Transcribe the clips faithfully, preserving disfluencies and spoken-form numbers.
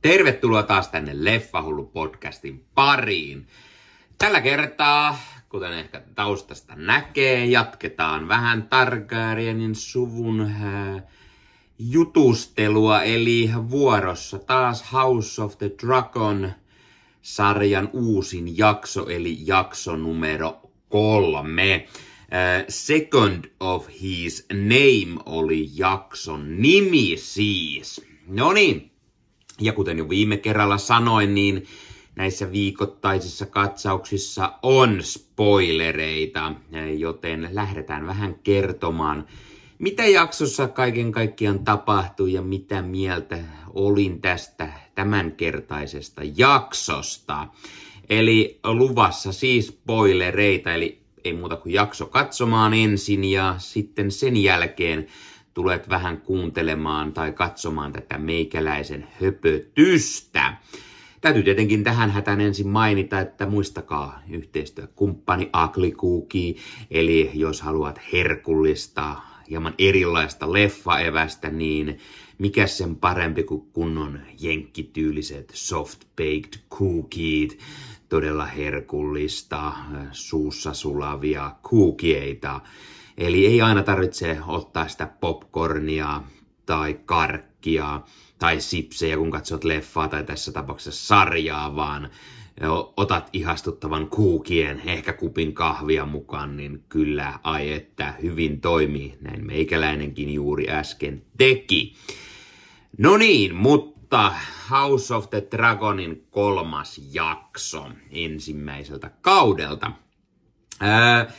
Tervetuloa taas tänne Leffahullu-podcastin pariin. Tällä kertaa, kuten ehkä taustasta näkee, jatketaan vähän Targaryenin suvun äh, jutustelua, eli vuorossa taas House of the Dragon -sarjan uusin jakso, eli jakso numero kolme. Uh, Second of His Name oli jakson nimi siis. No niin, ja kuten jo viime kerralla sanoin, niin näissä viikoittaisissa katsauksissa on spoilereita, joten lähdetään vähän kertomaan, mitä jaksossa kaiken kaikkiaan tapahtui ja mitä mieltä olin tästä tämänkertaisesta jaksosta. Eli luvassa siis spoilereita, eli ei muuta kuin jakso katsomaan ensin ja sitten sen jälkeen tulet vähän kuuntelemaan tai katsomaan tätä meikäläisen höpötystä. Täytyy tietenkin tähän hätään ensin mainita, että muistakaa yhteistyökumppani Ugly Cookie, eli jos haluat herkullista, hieman erilaista leffaevästä, niin mikä sen parempi kuin kunnon jenkkityyliset soft-baked cookiet, todella herkullista, suussa sulavia kuukieita. Eli ei aina tarvitse ottaa sitä popcornia tai karkkia tai sipsejä, kun katsot leffaa tai tässä tapauksessa sarjaa, vaan otat ihastuttavan kuukien, ehkä kupin kahvia mukaan, niin kyllä, ai että hyvin toimii. Näin meikäläinenkin juuri äsken teki. No niin, mutta House of the Dragonin kolmas jakso ensimmäiseltä kaudelta. Ää,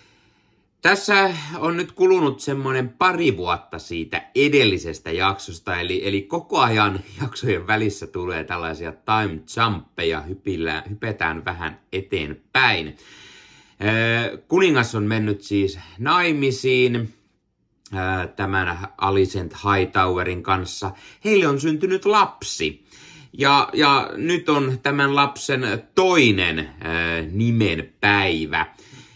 Tässä on nyt kulunut semmoinen pari vuotta siitä edellisestä jaksosta, eli, eli koko ajan jaksojen välissä tulee tällaisia time jumpeja, hypillä, hypetään vähän eteenpäin. Kuningas on mennyt siis naimisiin tämän Alicent Hightowerin kanssa. Heille on syntynyt lapsi. Ja, ja nyt on tämän lapsen toinen nimenpäivä.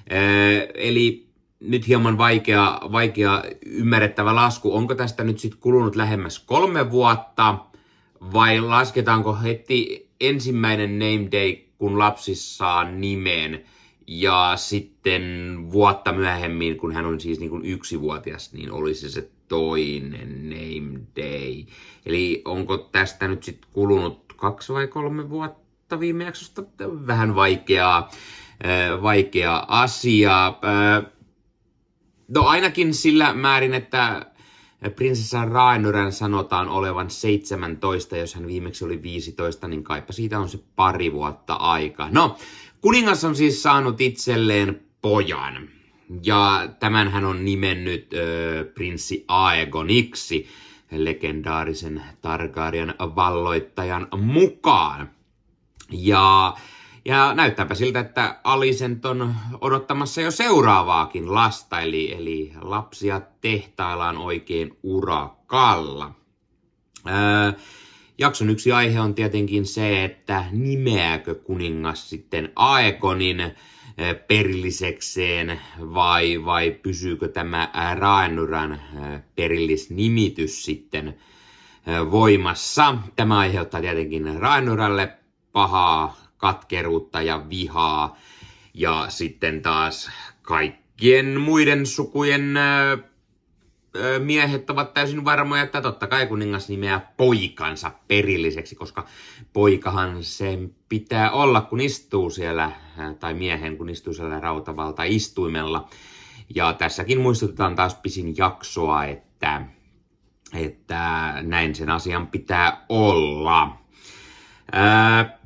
Eli nyt hieman vaikea, vaikea ymmärrettävä lasku. Onko tästä nyt sitten kulunut lähemmäs kolme vuotta vai lasketaanko heti ensimmäinen name day, kun lapsi saa nimen ja sitten vuotta myöhemmin, kun hän on siis niin kuin yksivuotias, niin olisi se toinen name day. Eli onko tästä nyt sitten kulunut kaksi vai kolme vuotta viime jaksosta? Vähän vaikeaa, vaikea asia. No ainakin sillä määrin, että prinsessa Rhaenyrän sanotaan olevan seitsemäntoista, jos hän viimeksi oli viisitoista, niin kaipa siitä on se pari vuotta aikaa. No, kuningas on siis saanut itselleen pojan, ja tämän hän on nimennyt ö, prinssi Aegoniksi, legendaarisen Targaryen valloittajan mukaan. Ja... Ja näyttääpä siltä, että Alicent on odottamassa jo seuraavaakin lasta, eli, eli lapsia tehtaillaan oikein urakalla. Öö, jakson yksi aihe on tietenkin se, että nimeääkö kuningas sitten Aegonin perillisekseen vai, vai pysyykö tämä Rhaenyrän perillisnimitys sitten voimassa. Tämä aiheuttaa tietenkin Rhaenyralle pahaa katkeruutta ja vihaa, ja sitten taas kaikkien muiden sukujen ö, ö, miehet ovat täysin varmoja, että totta kai kuningas nimeää poikansa perilliseksi, koska poikahan sen pitää olla, kun istuu siellä, tai miehen, kun istuu siellä rautavalta-istuimella. Ja tässäkin muistutetaan taas pisin jaksoa, että, että näin sen asian pitää olla. Ää,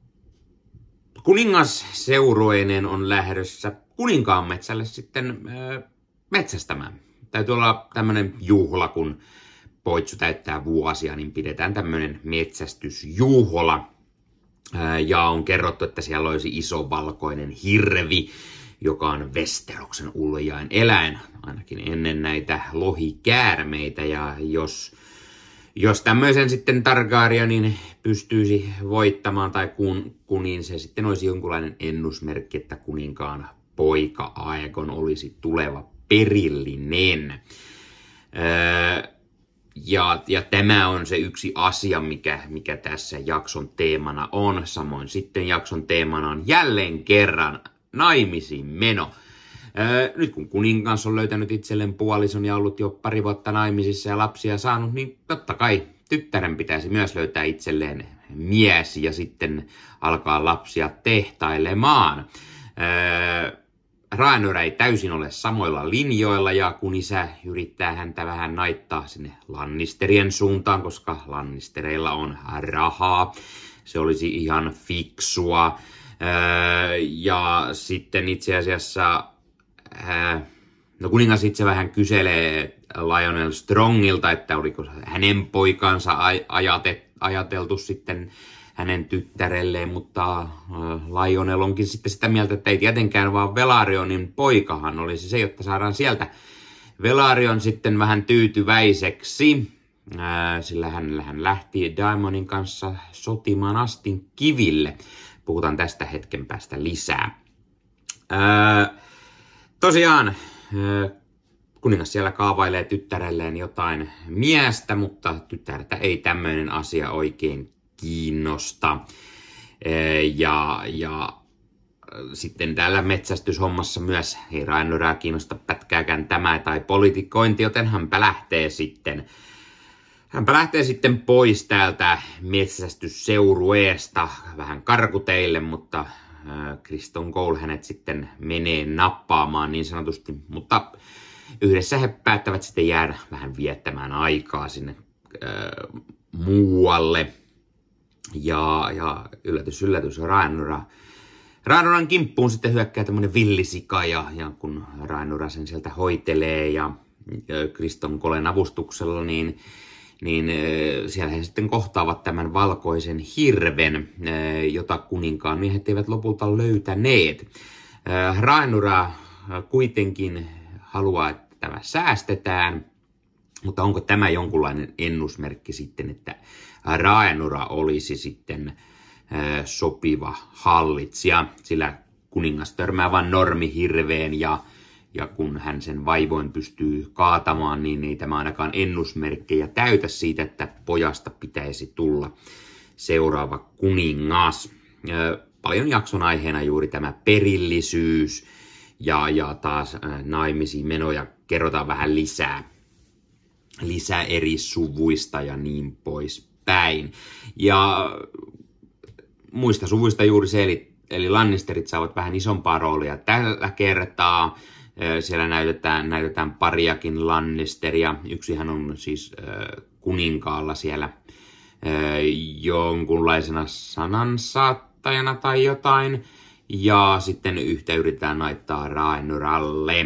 Kuningas seurueineen on lähdössä kuninkaan metsälle sitten öö, metsästämään. Täytyy olla tämmöinen juhla, kun poitsu täyttää vuosia, niin pidetään tämmöinen metsästysjuhla. Öö, ja on kerrottu, että siellä olisi iso valkoinen hirvi, joka on Westeroksen uljain eläin, ainakin ennen näitä lohikäärmeitä. Ja jos... Jos tämmöisen sitten Targaryenin pystyisi voittamaan tai kun, kun niin se sitten olisi jonkunlainen ennusmerkki, että kuninkaan poika Aegon olisi tuleva perillinen. Öö, Ja, ja tämä on se yksi asia, mikä, mikä tässä jakson teemana on. Samoin sitten jakson teemana on jälleen kerran naimisiin meno. Öö, nyt kun kuningas on löytänyt itselleen puolison ja ollut jo pari vuotta naimisissa ja lapsia saanut, niin totta kai tyttären pitäisi myös löytää itselleen mies ja sitten alkaa lapsia tehtailemaan. Öö, Rhaenyra ei täysin ole samoilla linjoilla ja kun isä yrittää häntä vähän naittaa sinne Lannisterien suuntaan, koska Lannistereilla on rahaa. Se olisi ihan fiksua. Öö, ja sitten itse asiassa öö, no kuningas itse vähän kyselee Lionel Strongilta, että oliko hänen poikansa aj- ajateltu sitten hänen tyttärelleen, mutta Lionel onkin sitten sitä mieltä, että ei tietenkään vaan Velarionin poikahan olisi se, jotta saadaan sieltä Velarion sitten vähän tyytyväiseksi, sillä hän, hän lähti Daemonin kanssa sotimaan Astin kiville. Puhutaan tästä hetken päästä lisää. Ää, tosiaan, kuningas siellä kaavailee tyttärelleen jotain miestä, mutta tytärtä ei tämmöinen asia oikein kiinnosta. Ja, ja sitten täällä metsästyshommassa myös ei Rhaenyraa kiinnosta pätkääkään tämä tai politikointi, joten hänpä lähtee sitten, hänpä lähtee sitten pois täältä metsästysseurueesta vähän karkuteille, mutta Criston Cole hänet sitten menee nappaamaan niin sanotusti, mutta yhdessä he päättävät sitten jäädä vähän viettämään aikaa sinne äh, muualle. Ja, ja yllätys, yllätys, Rhaenyra. Rhaenyran kimppuun sitten hyökkää tämmönen villisika, ja, ja kun Rhaenyra sen sieltä hoitelee ja, ja Criston Colen avustuksella, niin, niin siellä he sitten kohtaavat tämän valkoisen hirven, jota kuninkaan miehet eivät lopulta löytäneet. Rhaenyra kuitenkin haluaa, että tämä säästetään, mutta onko tämä jonkunlainen ennusmerkki sitten, että Rhaenyra olisi sitten sopiva hallitsija, sillä kuningas törmää vain normihirveen ja, ja kun hän sen vaivoin pystyy kaatamaan, niin ei tämä ainakaan ennusmerkkejä täytä siitä, että pojasta pitäisi tulla seuraava kuningas. Paljon jakson aiheena juuri tämä perillisyys ja, ja taas naimisiin menoja kerrotaan vähän lisää, lisää eri suvuista ja niin poispäin. Ja muista suvuista juuri se, eli, eli Lannisterit saavat vähän isompaa roolia tällä kertaa. Siellä näytetään, näytetään pariakin Lannisteria. Yksihän on siis äh, kuninkaalla siellä äh, jonkunlaisena sanansaattajana tai jotain. Ja sitten yhtä yritetään naittaa Rhaenyralle.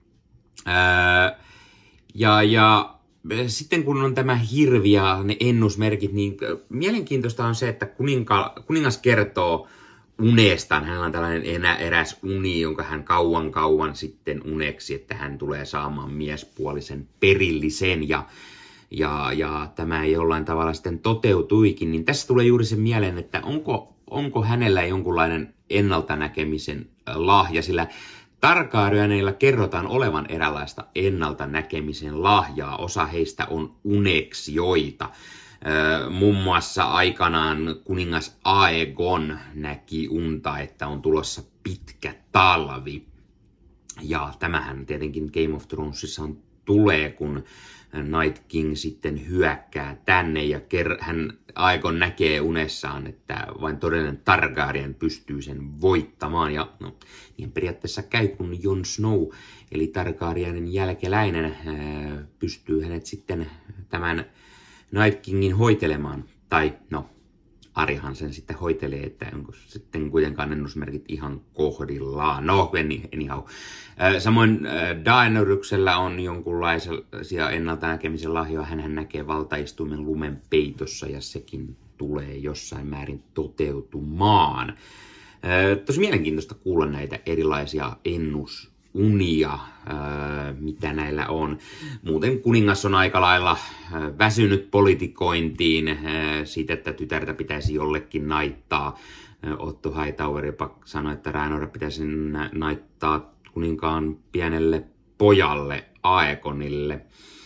Äh, ja, ja sitten kun on tämä hirvi ja ne ennusmerkit, niin mielenkiintoista on se, että kuninka, kuningas kertoo unestaan. Hänellä on tällainen enä, eräs uni, jonka hän kauan kauan sitten uneksi, että hän tulee saamaan miespuolisen perillisen ja, ja, ja tämä jollain tavalla sitten toteutuikin. Niin tässä tulee juuri se mieleen, että onko, onko hänellä jonkunlainen ennaltanäkemisen lahja, sillä Targaryenilla kerrotaan olevan eräänlaista ennalta näkemisen lahjaa. Osa heistä on uneksijoita. Muun muassa aikanaan kuningas Aegon näki unta, että on tulossa pitkä talvi. Ja tämähän tietenkin Game of Thronesissa on, tulee, kun Night King sitten hyökkää tänne ja hän Aegon näkee unessaan, että vain todellinen Targaryen pystyy sen voittamaan. Ja no, niin periaatteessa käy, kun Jon Snow, eli Targaryenin jälkeläinen, pystyy hänet sitten tämän Night Kingin hoitelemaan. Tai no, Arjahan sen sitten hoitelee, että onko sitten kuitenkaan ennusmerkit ihan kohdillaan. No, anyhow. Samoin Daenerysellä on jonkunlaisia ennalta näkemisen lahjoja. Hänhän näkee valtaistuimen lumen peitossa ja sekin tulee jossain määrin toteutumaan. Tosi mielenkiintoista kuulla näitä erilaisia ennusunia, mitä näillä on. Muuten kuningas on aika lailla väsynyt politikointiin siitä, että tytärtä pitäisi jollekin naittaa. Otto Hightower jopa sanoi, että Rhaenyra pitäisi naittaa kuninkaan pienelle pojalle Aegonille.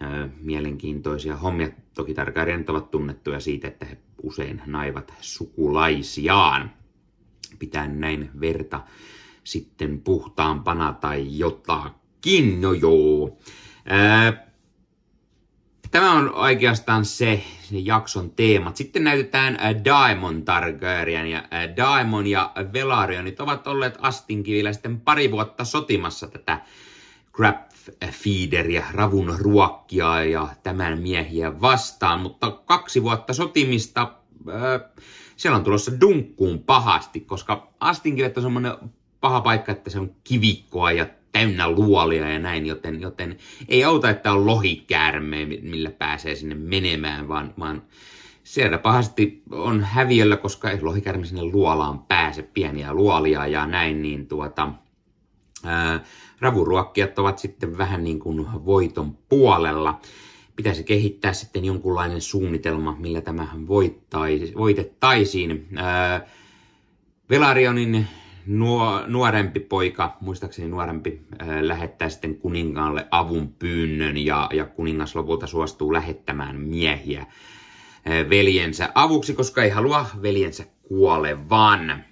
mielenkiintoisia hommia. Toki Targaryenit ovat tunnettuja siitä, että he usein naivat sukulaisiaan. Pitää näin verta sitten puhtaampana tai jotakin. No joo. Ää, Tämä on oikeastaan se, se jakson teemat. Sitten näytetään Daemon Targaryen, ja Daemon ja Velarionit ovat olleet astinkivillä sitten pari vuotta sotimassa tätä crab feederia, ravun ruokkia ja tämän miehiä vastaan, mutta kaksi vuotta sotimista äh, siellä on tulossa dunkkuun pahasti, koska astinkivet on semmoinen paha paikka, että se on kivikkoa ja täynnä luolia ja näin, joten, joten ei auta, että on lohikäärme, millä pääsee sinne menemään, vaan, vaan siellä pahasti on häviöllä, koska ei lohikäärme sinne luolaan pääse, pieniä luolia ja näin, niin tuota, ää, ravuruokkijat ovat sitten vähän niin kuin voiton puolella. Pitäisi kehittää sitten jonkunlainen suunnitelma, millä tämä voitettaisiin. Ää, Velarionin Nuo, nuorempi poika, muistaakseni nuorempi, äh, lähettää sitten kuninkaalle avun pyynnön ja, ja kuningas lopulta suostuu lähettämään miehiä äh, veljensä avuksi, koska ei halua veljensä kuolevan. Äh,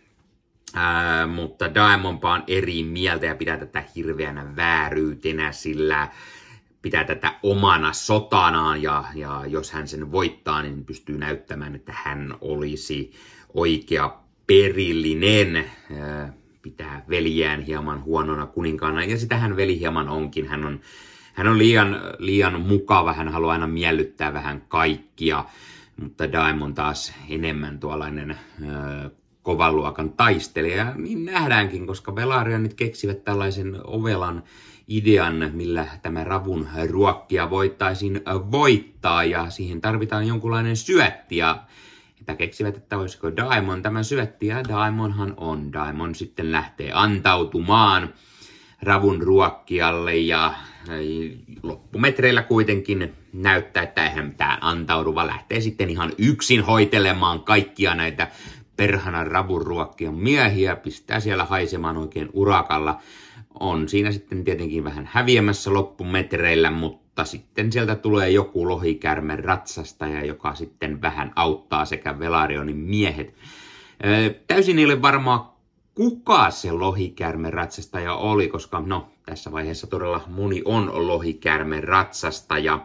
mutta Daemonpa on eri mieltä ja pitää tätä hirveänä vääryytenä, sillä pitää tätä omana sotanaan ja, ja jos hän sen voittaa, niin pystyy näyttämään, että hän olisi oikea perillinen, pitää veljään hieman huonona kuninkaana, ja sitähän veli hieman onkin. Hän on, hän on liian, liian mukava, hän haluaa aina miellyttää vähän kaikkia, mutta Daemon taas enemmän tuollainen ö, kovan luokan taistelija. Niin nähdäänkin, koska Velarionit keksivät tällaisen ovelan idean, millä tämä ravun ruokkia voitaisiin voittaa, ja siihen tarvitaan jonkunlainen syötti, ja että keksivät, että olisiko Daemon tämän syötti, ja Daemonhan on. Daemon sitten lähtee antautumaan ravun ruokkijalle, ja loppumetreillä kuitenkin näyttää, että eihän mitään antaudu, vaan lähtee sitten ihan yksin hoitelemaan kaikkia näitä perhana ravun ruokkijan miehiä, pistää siellä haisemaan oikein urakalla. On siinä sitten tietenkin vähän häviämässä loppumetreillä, mutta sitten sieltä tulee joku lohikärmen ratsastaja, joka sitten vähän auttaa sekä Velarionin miehet. Täysin ei ole varmaa, kuka se lohikärmen ratsastaja oli, koska no, tässä vaiheessa todella moni on lohikärmen ratsastaja.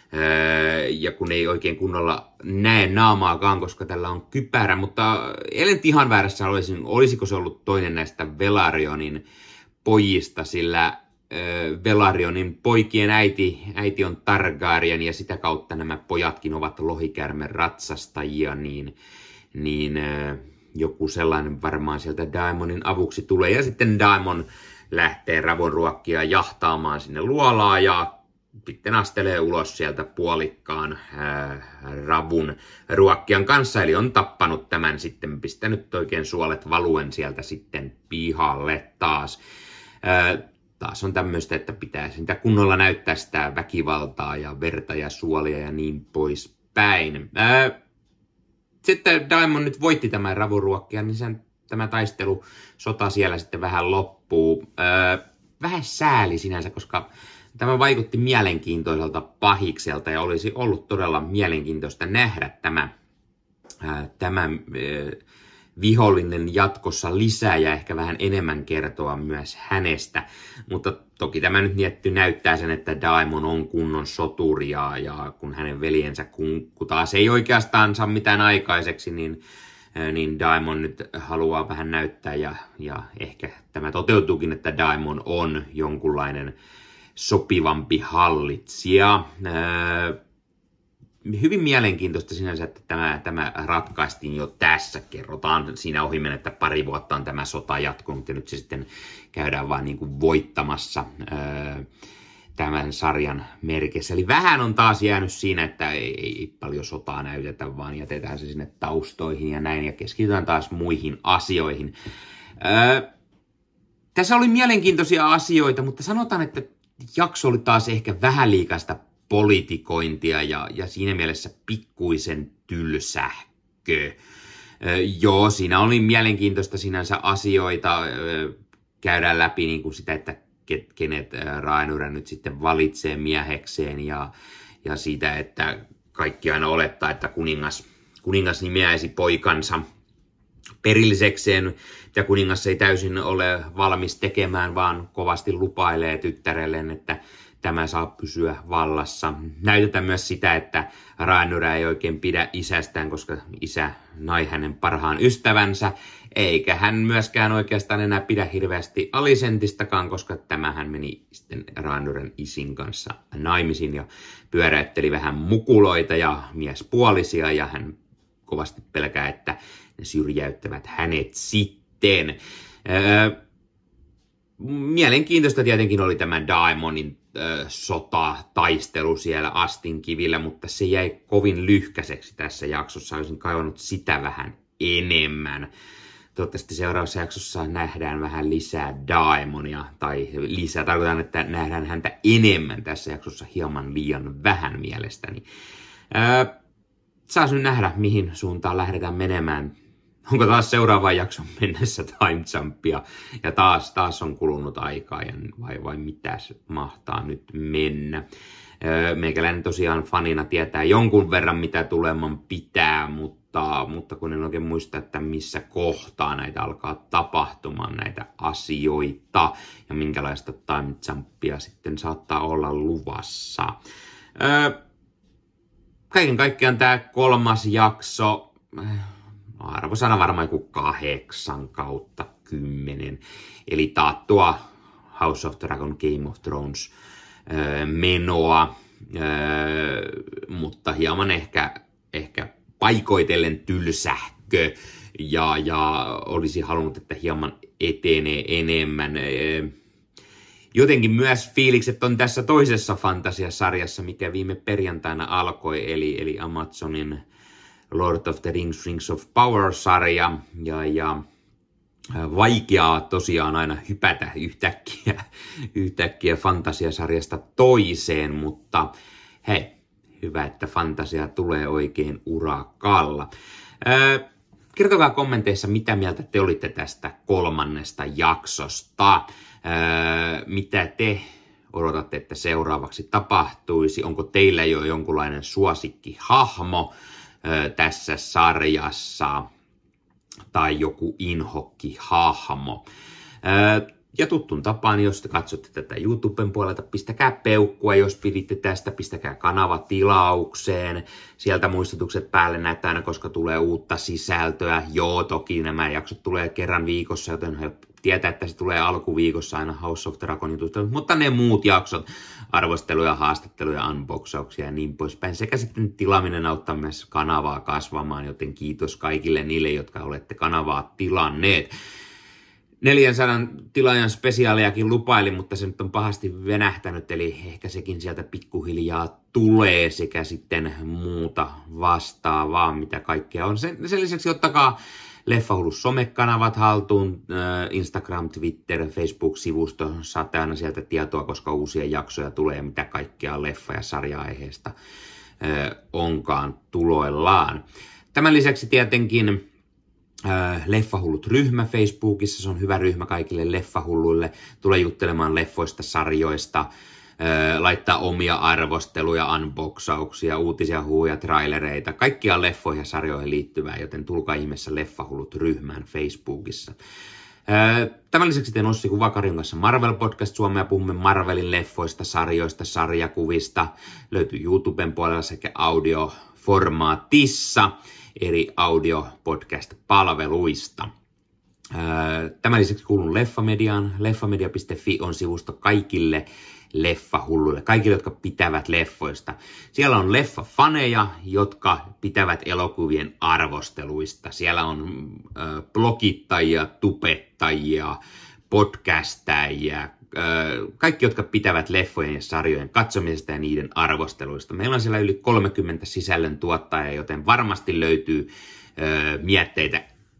Ja kun ei oikein kunnolla näe naamaakaan, koska tällä on kypärä, mutta ellen ihan väärässä olisin, olisiko se ollut toinen näistä Velarionin pojista, sillä Velarionin poikien äiti, äiti on Targaryen ja sitä kautta nämä pojatkin ovat lohikärmen ratsastajia, niin, niin joku sellainen varmaan sieltä Daemonin avuksi tulee. Ja sitten Daemon lähtee ravunruokkia jahtaamaan sinne luolaa ja sitten astelee ulos sieltä puolikkaan ää, ravun ruokkijan kanssa. Eli on tappanut tämän sitten, pistänyt oikein suolet valuen sieltä sitten pihalle taas. Ää, taas on tämmöistä, että pitää sitä kunnolla näyttää sitä väkivaltaa ja verta ja suolia ja niin poispäin. Ää, sitten Daemon nyt voitti tämän ravunruokkijan, niin sen, tämä taistelu, sota siellä sitten vähän loppuu. Ää, vähän sääli sinänsä, koska tämä vaikutti mielenkiintoiselta pahikselta ja olisi ollut todella mielenkiintoista nähdä tämä, ää, tämä ää, vihollinen jatkossa lisää ja ehkä vähän enemmän kertoa myös hänestä. Mutta toki tämä nyt nietty näyttää sen, että Daemon on kunnon soturi ja, ja kun hänen veljensä kunkku taas ei oikeastaan saa mitään aikaiseksi, niin, ää, niin Daemon nyt haluaa vähän näyttää ja, ja ehkä tämä toteutuukin, että Daemon on jonkunlainen sopivampi hallitsija. Hyvin mielenkiintoista sinänsä, että tämä, tämä ratkaistiin jo tässä. Kerrotaan siinä ohimen, että pari vuotta on tämä sota jatkunut ja nyt se sitten käydään vaan niin kuin voittamassa ää, tämän sarjan merkissä. Eli vähän on taas jäänyt siinä, että ei, ei paljon sotaa näytetä, vaan jätetään se sinne taustoihin ja näin ja keskitytään taas muihin asioihin. Ää, tässä oli mielenkiintoisia asioita, mutta sanotaan, että jakso oli taas ehkä vähän liikaista politikointia ja, ja siinä mielessä pikkuisen tylsähkö. Ö, joo, siinä oli mielenkiintoista sinänsä asioita. Ö, käydään läpi niin kuin sitä, että kenet Rhaenyra nyt sitten valitsee miehekseen ja, ja siitä, että kaikki aina olettaa, että kuningas, kuningas nimeäisi poikansa perillisekseen, ja kuningas ei täysin ole valmis tekemään, vaan kovasti lupailee tyttärelleen, että tämä saa pysyä vallassa. Näytetään myös sitä, että Rhaenyra ei oikein pidä isästään, koska isä nai hänen parhaan ystävänsä, eikä hän myöskään oikeastaan enää pidä hirveästi Alicentistakaan, koska tämähän meni sitten Rhaenyran isin kanssa naimisiin ja pyöräytteli vähän mukuloita ja miespuolisia, ja hän kovasti pelkää, että ne syrjäyttävät hänet sitten. Öö, mielenkiintoista tietenkin oli tämä Daemonin öö, sota-taistelu siellä Astinkivillä, mutta se jäi kovin lyhkäiseksi tässä jaksossa. Olisin kaivannut sitä vähän enemmän. Toivottavasti seuraavassa jaksossa nähdään vähän lisää Daemonia, tai lisää, tarkoitan, että nähdään häntä enemmän tässä jaksossa, hieman liian vähän mielestäni. Öö, Saas nyt nähdä, mihin suuntaan lähdetään menemään. Onko taas seuraavan jakson mennessä time jumpia ja taas, taas on kulunut aikaa ja vai, vai mitä se mahtaa nyt mennä. Öö, meikäläinen tosiaan fanina tietää jonkun verran mitä tuleman pitää, mutta, mutta kun en oikein muista, että missä kohtaa näitä alkaa tapahtumaan näitä asioita ja minkälaista time jumpia sitten saattaa olla luvassa. Öö, Kaiken kaikkiaan tämä kolmas jakso, arvosana varmaan joku kahdeksan kautta kymmenen. Eli taattua House of Dragon, Game of Thrones öö, menoa, öö, mutta hieman ehkä, ehkä paikoitellen tylsähkö. Ja, ja olisi halunnut, että hieman etenee enemmän. Jotenkin myös fiilikset on tässä toisessa fantasiasarjassa, mikä viime perjantaina alkoi, eli, eli Amazonin Lord of the Rings, Rings of Power-sarja. Ja, ja vaikeaa tosiaan aina hypätä yhtäkkiä, yhtäkkiä fantasiasarjasta toiseen, mutta hei, hyvä, että fantasia tulee oikein urakalla. Öö, Kertokaa kommenteissa, mitä mieltä te olitte tästä kolmannesta jaksosta. Öö, mitä te odotatte, että seuraavaksi tapahtuisi? Onko teillä jo jonkunlainen suosikkihahmo öö, tässä sarjassa? Tai joku inhokkihahmo? Öö, ja tuttun tapaan, jos te katsotte tätä YouTuben puolelta, pistäkää peukkua, jos piditte tästä, pistäkää kanava tilaukseen. Sieltä muistutukset päälle näitä aina, koska tulee uutta sisältöä. Joo, toki nämä jaksot tulee kerran viikossa, joten he tietää, että se tulee alkuviikossa aina House of Dragon jutusta. Mutta ne muut jaksot, arvosteluja, haastatteluja, unboxauksia ja niin poispäin. Sekä sitten tilaaminen auttaa myös kanavaa kasvamaan, joten kiitos kaikille niille, jotka olette kanavaa tilanneet. neljänsadan tilaajan spesiaaliakin lupailin, mutta se nyt on pahasti venähtänyt, eli ehkä sekin sieltä pikkuhiljaa tulee, sekä sitten muuta vastaavaa, mitä kaikkea on. Sen, sen lisäksi ottakaa Leffahullu somekanavat haltuun, Instagram, Twitter, Facebook-sivusto, saatte aina sieltä tietoa, koska uusia jaksoja tulee, mitä kaikkea leffa- ja sarja-aiheesta onkaan tuloillaan. Tämän lisäksi tietenkin Leffahullut-ryhmä Facebookissa, se on hyvä ryhmä kaikille leffahulluille, tulee juttelemaan leffoista, sarjoista, laittaa omia arvosteluja, unboxauksia, uutisia, huuja, trailereita, kaikkia leffoihin ja sarjoihin liittyvää, joten tulkaa ihmeessä Leffahullut-ryhmään Facebookissa. Tämän lisäksi teen Ossi Kuvakarin kanssa Marvel-podcast Suomea, puhumme Marvelin leffoista, sarjoista, sarjakuvista, löytyy YouTuben puolella sekä audioformaatissa eri audio-podcast-palveluista. Tämän lisäksi kuulun Leffamediaan. Leffamedia piste fi on sivusto kaikille leffahulluille, kaikille, jotka pitävät leffoista. Siellä on leffafaneja, jotka pitävät elokuvien arvosteluista. Siellä on äh, blogittajia, tubettajia, podcastajia, äh, kaikki, jotka pitävät leffojen ja sarjojen katsomisesta ja niiden arvosteluista. Meillä on siellä yli kolmekymmentä sisällön tuottajaa, joten varmasti löytyy äh, mietteitä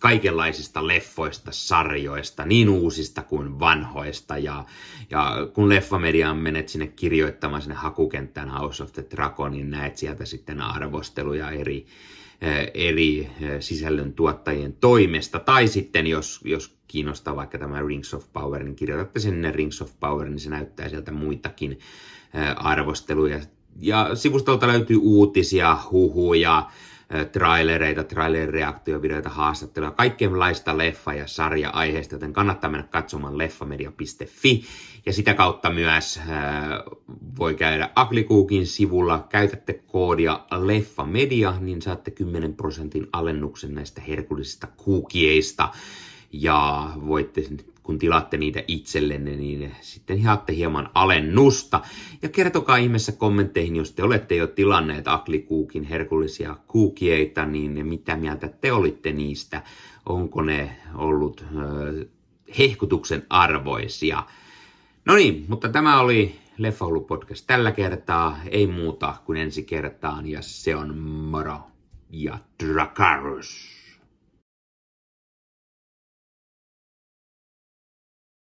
kaikenlaisista leffoista, sarjoista, niin uusista kuin vanhoista. Ja, ja kun Leffamediaan menet sinne kirjoittamaan sinne hakukenttään House of the Dragon, niin näet sieltä sitten arvosteluja eri, eri sisällön tuottajien toimesta. Tai sitten jos, jos kiinnostaa vaikka tämä Rings of Power, niin kirjoitatte sinne Rings of Power, niin se näyttää sieltä muitakin arvosteluja. Ja sivustolta löytyy uutisia, huhuja, trailereita, trailer-reaktiovideoita, haastatteluja, kaikenlaista leffa- ja sarja-aiheista, joten kannattaa mennä katsomaan leffamedia piste fi. Ja sitä kautta myös äh, voi käydä Ugly Cookin sivulla. Käytätte koodia Leffamedia, niin saatte kymmenen prosentin alennuksen näistä herkullisista kuukieista. Ja voitte, kun tilaatte niitä itsellenne, niin sitten saatte hieman alennusta. Ja kertokaa ihmeessä kommentteihin, jos te olette jo tilanneet Ugly Cookin herkullisia kuukieita, niin mitä mieltä te olitte niistä? Onko ne ollut äh, hehkutuksen arvoisia? No niin, mutta tämä oli Leffahullu podcast tällä kertaa. Ei muuta kuin ensi kertaan, ja se on moro ja Dracarys.